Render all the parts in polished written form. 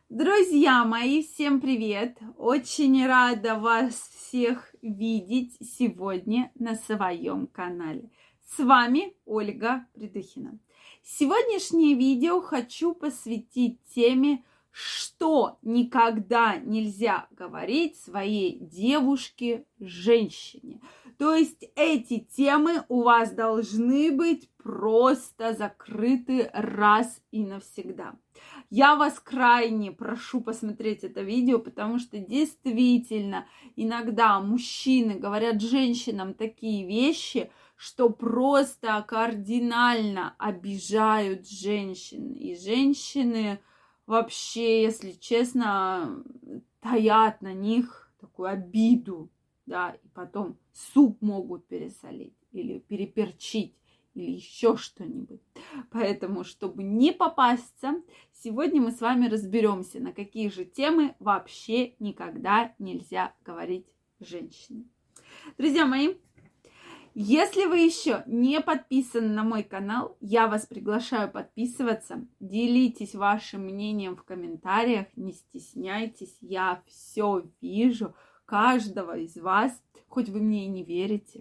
Друзья мои, всем привет! Очень рада вас всех видеть сегодня на своем канале. С вами Ольга Придухина. Сегодняшнее видео хочу посвятить теме, что никогда нельзя говорить своей девушке, женщине. То есть эти темы у вас должны быть просто закрыты раз и навсегда. Я вас крайне прошу посмотреть это видео, потому что действительно иногда мужчины говорят женщинам такие вещи, что просто кардинально обижают женщин. И женщины вообще, если честно, таят на них такую обиду, да, и потом суп могут пересолить или переперчить, или еще что-нибудь. Поэтому, чтобы не попасться, сегодня мы с вами разберемся, на какие же темы вообще никогда нельзя говорить женщине. Друзья мои, если вы еще не подписаны на мой канал, я вас приглашаю подписываться. Делитесь вашим мнением в комментариях, не стесняйтесь, я все вижу, каждого из вас, хоть вы мне и не верите.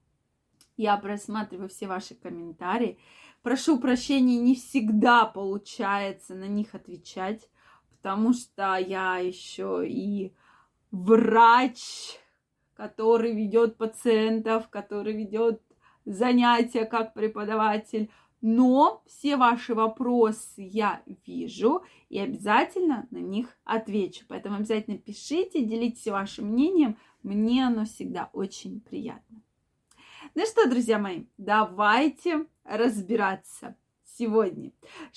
Я просматриваю все ваши комментарии. Прошу прощения, не всегда получается на них отвечать, потому что я еще и врач, который ведет пациентов, который ведет занятия как преподаватель. Но все ваши вопросы я вижу и обязательно на них отвечу. Поэтому обязательно пишите, делитесь вашим мнением. Мне оно всегда очень приятно. Ну что, друзья мои, давайте разбираться сегодня.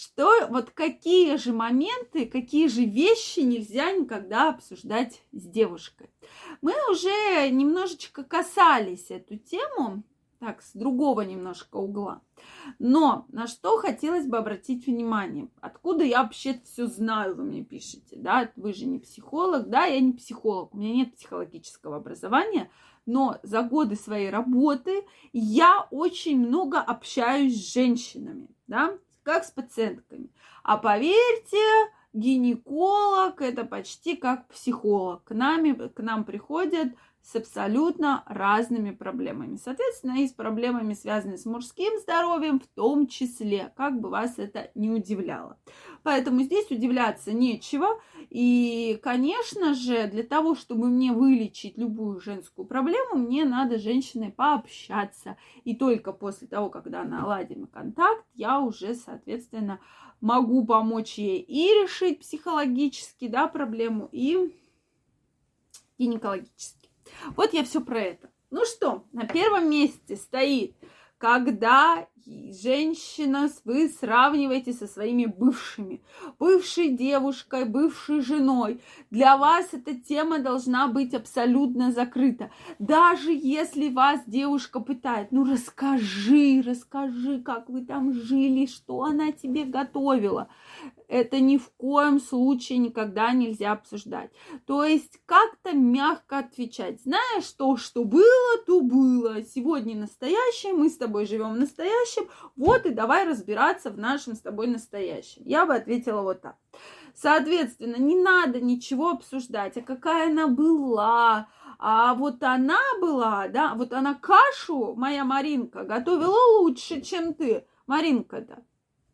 Какие же моменты, какие же вещи нельзя никогда обсуждать с девушкой. Мы уже немножечко касались эту тему, так, с другого немножко угла. Но на что хотелось бы обратить внимание? Откуда я вообще все знаю, вы мне пишете, да? Вы же не психолог, да? Я не психолог, у меня нет психологического образования, но за годы своей работы я очень много общаюсь с женщинами, да, как с пациентками. А поверьте, гинеколог – это почти как психолог. К нам приходят с абсолютно разными проблемами. Соответственно, и с проблемами, связанными с мужским здоровьем, в том числе, как бы вас это ни удивляло. Поэтому здесь удивляться нечего. И, конечно же, для того, чтобы мне вылечить любую женскую проблему, мне надо с женщиной пообщаться. И только после того, когда наладим контакт, я уже, соответственно, могу помочь ей и решить психологически, да, проблему, и гинекологически. Вот я все про это. Ну что, на первом месте стоит, когда женщина вы сравниваете со своими бывшей девушкой, бывшей женой. Для вас эта тема должна быть абсолютно закрыта. Даже если вас девушка пытает, расскажи, как вы там жили, что она тебе готовила. Это ни в коем случае никогда нельзя обсуждать. То есть как-то мягко отвечать. Знаешь, что было, то было. Сегодня настоящее, мы с тобой живем в настоящем. Вот и давай разбираться в нашем с тобой настоящем. Я бы ответила вот так. Соответственно, не надо ничего обсуждать. А какая она была? А вот она была, да? Вот она кашу, моя Маринка, готовила лучше, чем ты. Маринка-то.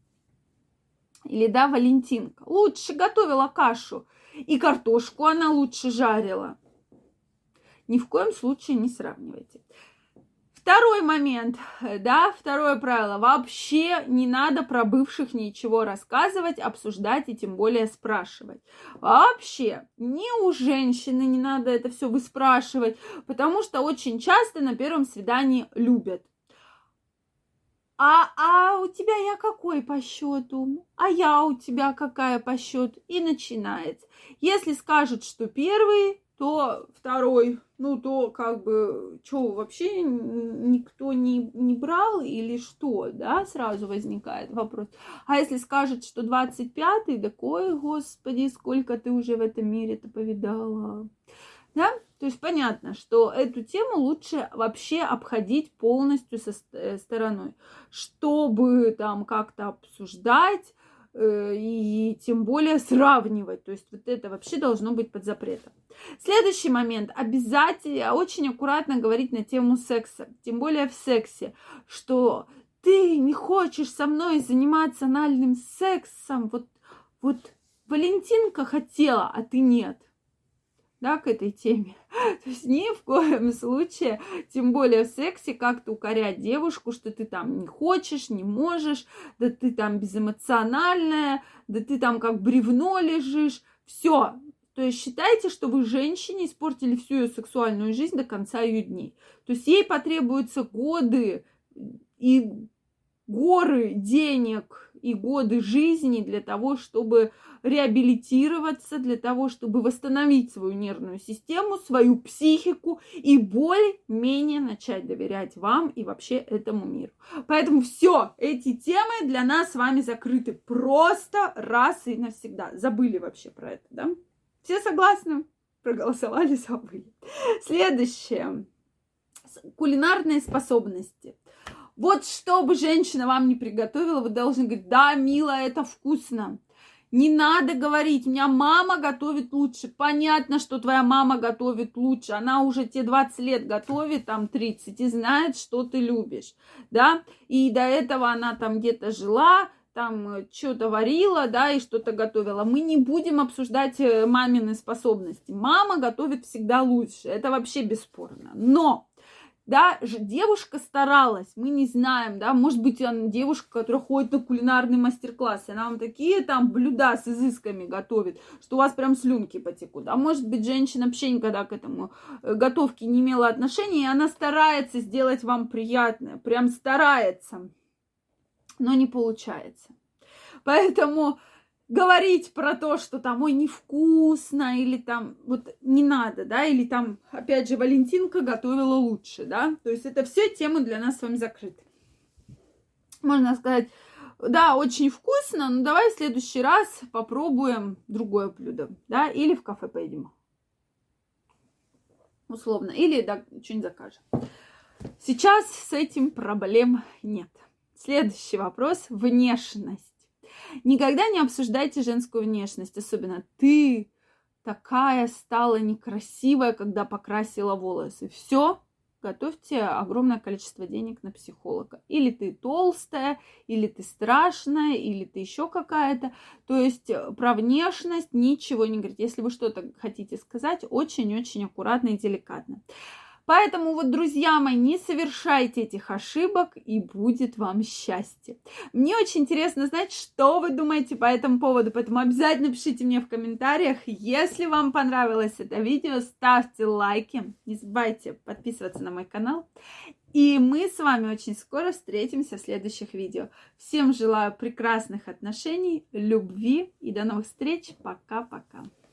Или, да, Валентинка. Лучше готовила кашу. И картошку она лучше жарила. Ни в коем случае не сравнивайте. Второй момент, да, второе правило. Вообще не надо про бывших ничего рассказывать, обсуждать и тем более спрашивать. Вообще ни у женщины не надо это все выспрашивать, потому что очень часто на первом свидании любят. А у тебя я какой по счету? А я у тебя какая по счету? И начинается. Если скажут, что первый, то второй. То что, вообще никто не брал или что, да? Сразу возникает вопрос. А если скажут, что 25-й, такой, господи, сколько ты уже в этом мире-то повидала. Да? То есть понятно, что эту тему лучше вообще обходить полностью стороной. Чтобы там как-то обсуждать, и тем более сравнивать. То есть вот это вообще должно быть под запретом. Следующий момент. Обязательно очень аккуратно говорить на тему секса. Тем более в сексе, что ты не хочешь со мной заниматься анальным сексом. Вот Валентинка хотела, а ты нет. Да, к этой теме. То есть ни в коем случае, тем более в сексе, как-то укорять девушку, что ты там не хочешь, не можешь, да ты там безэмоциональная, да ты там как бревно лежишь. Все. То есть считайте, что вы женщине испортили всю ее сексуальную жизнь до конца ее дней. То есть ей потребуются годы и горы денег и годы жизни для того, чтобы реабилитироваться, для того, чтобы восстановить свою нервную систему, свою психику и более-менее начать доверять вам и вообще этому миру. Поэтому все эти темы для нас с вами закрыты просто раз и навсегда. Забыли вообще про это, да? Все согласны? Проголосовали, забыли. Следующее. Кулинарные способности. Вот что бы женщина вам не приготовила, вы должны говорить: да, милая, это вкусно. Не надо говорить: у меня мама готовит лучше. Понятно, что твоя мама готовит лучше. Она уже тебе 20 лет готовит, там 30, и знает, что ты любишь, да. И до этого она там где-то жила, там что-то варила, да, и что-то готовила. Мы не будем обсуждать мамины способности. Мама готовит всегда лучше. Это вообще бесспорно. Но да, девушка старалась, мы не знаем, да, может быть, она девушка, которая ходит на кулинарные мастер-классы, она вам такие там блюда с изысками готовит, что у вас прям слюнки потекут. А может быть, женщина вообще никогда к этому готовке не имела отношения, и она старается сделать вам приятное, прям старается, но не получается. Поэтому говорить про то, что там, ой, невкусно, или там, вот не надо, да, или там, опять же, Валентинка готовила лучше, да, то есть это все темы для нас с вами закрыты. Можно сказать: да, очень вкусно, но давай в следующий раз попробуем другое блюдо, да, или в кафе поедем, условно, или да, что-нибудь закажем. Сейчас с этим проблем нет. Следующий вопрос – внешность. Никогда не обсуждайте женскую внешность, особенно ты такая стала некрасивая, когда покрасила волосы. Все, готовьте огромное количество денег на психолога. Или ты толстая, или ты страшная, или ты еще какая-то. То есть про внешность ничего не говорить. Если вы что-то хотите сказать, очень-очень аккуратно и деликатно. Поэтому вот, друзья мои, не совершайте этих ошибок, и будет вам счастье. Мне очень интересно знать, что вы думаете по этому поводу, поэтому обязательно пишите мне в комментариях. Если вам понравилось это видео, ставьте лайки, не забывайте подписываться на мой канал. И мы с вами очень скоро встретимся в следующих видео. Всем желаю прекрасных отношений, любви и до новых встреч. Пока-пока.